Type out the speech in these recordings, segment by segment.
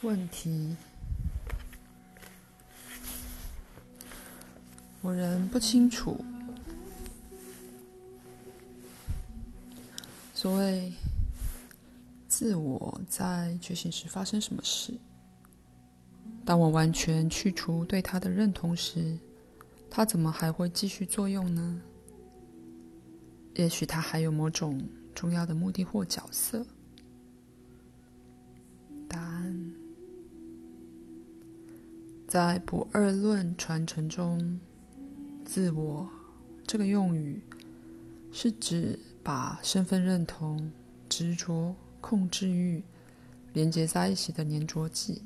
问题：我仍不清楚所谓自我在觉醒时发生什么事。当我完全去除对它的认同时，它怎么还会继续作用呢？也许它还有某种重要的目的或角色。答案：在不二论传承中，自我这个用语是指把身份认同、执着、控制欲连接在一起的粘着剂，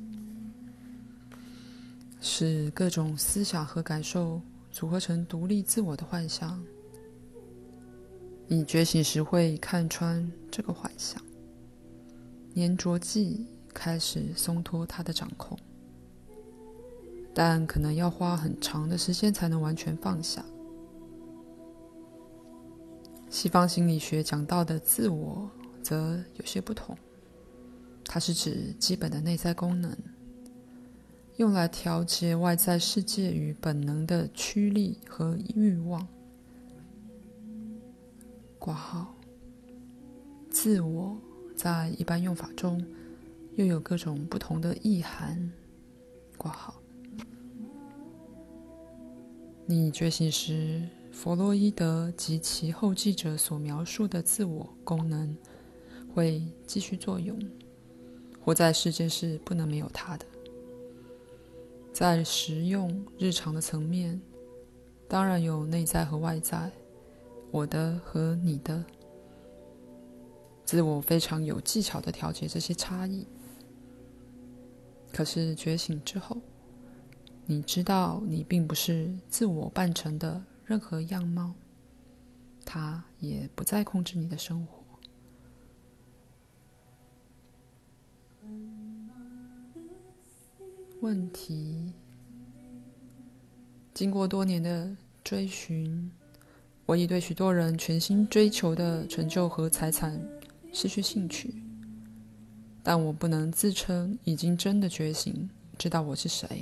使各种思想和感受组合成独立自我的幻象。你觉醒时会看穿这个幻象，粘着剂开始松脱它的掌控，但可能要花很长的时间才能完全放下。西方心理学讲到的自我则有些不同，它是指基本的内在功能，用来调节外在世界与本能的驱力和欲望。括号，自我在一般用法中又有各种不同的意涵。括号，你觉醒时，弗洛伊德及其后继者所描述的自我功能会继续作用，活在世界是不能没有它的。在实用日常的层面，当然有内在和外在，我的和你的。自我非常有技巧地调节这些差异。可是觉醒之后，你知道你并不是自我扮成的任何样貌，它也不再控制你的生活。问题：经过多年的追寻，我已对许多人全心追求的成就和财产失去兴趣，但我不能自称已经真的觉醒，知道我是谁。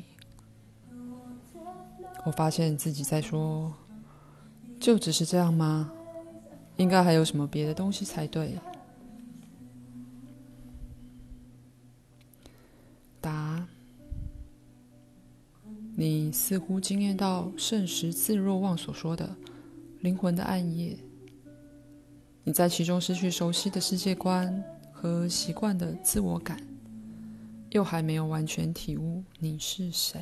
我发现自己在说，就只是这样吗？应该还有什么别的东西才对。答：你似乎经验到圣十字若望所说的灵魂的暗夜，你在其中失去熟悉的世界观和习惯的自我感，又还没有完全体悟你是谁。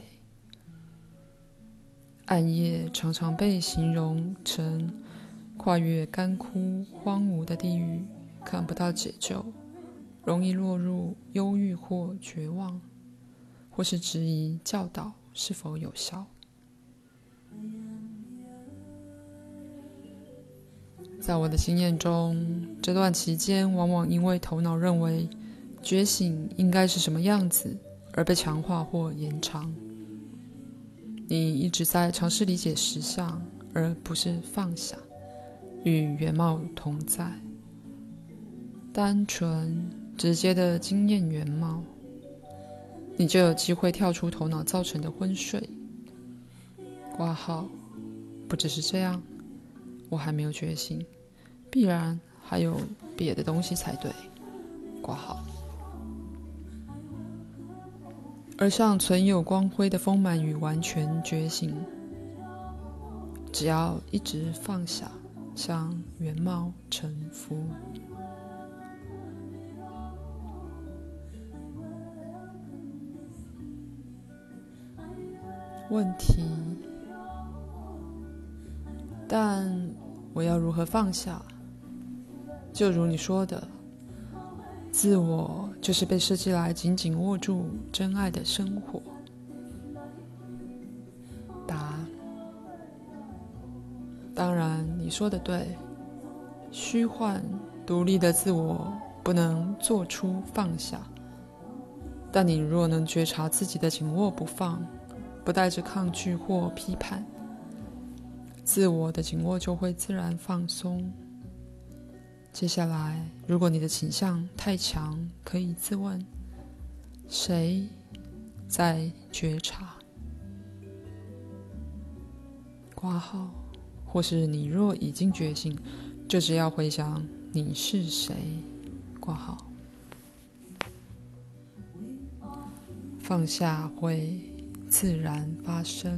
暗夜常常被形容成跨越干枯荒芜的地狱，看不到解救，容易落入忧郁或绝望，或是质疑教导是否有效。在我的经验中，这段期间往往因为头脑认为觉醒应该是什么样子而被强化或延长。你一直在尝试理解实相，而不是放下，与原貌同在，单纯直接的经验原貌，你就有机会跳出头脑造成的昏睡。括号，不只是这样，我还没有觉醒，必然还有别的东西才对。括号，而像存有光辉的丰满与完全觉醒，只要一直放下，向原貌臣服。问题：但我要如何放下？就如你说的，自我就是被设计来紧紧握住真爱的生活。答：当然你说的对，虚幻独立的自我不能做出放下，但你若能觉察自己的紧握不放，不带着抗拒或批判，自我的紧握就会自然放松。接下来，如果你的倾向太强，可以自问， 谁在觉察？括号，或是你若已经觉醒，就只要回想你是谁。括号，放下会自然发生。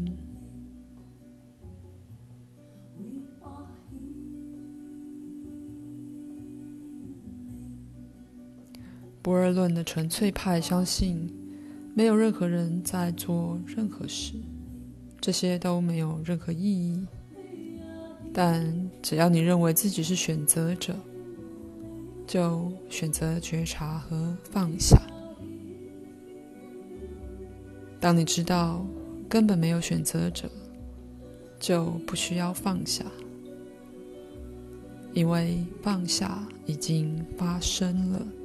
不二论的纯粹派相信，没有任何人在做任何事，这些都没有任何意义。但只要你认为自己是选择者，就选择觉察和放下。当你知道根本没有选择者，就不需要放下，因为放下已经发生了。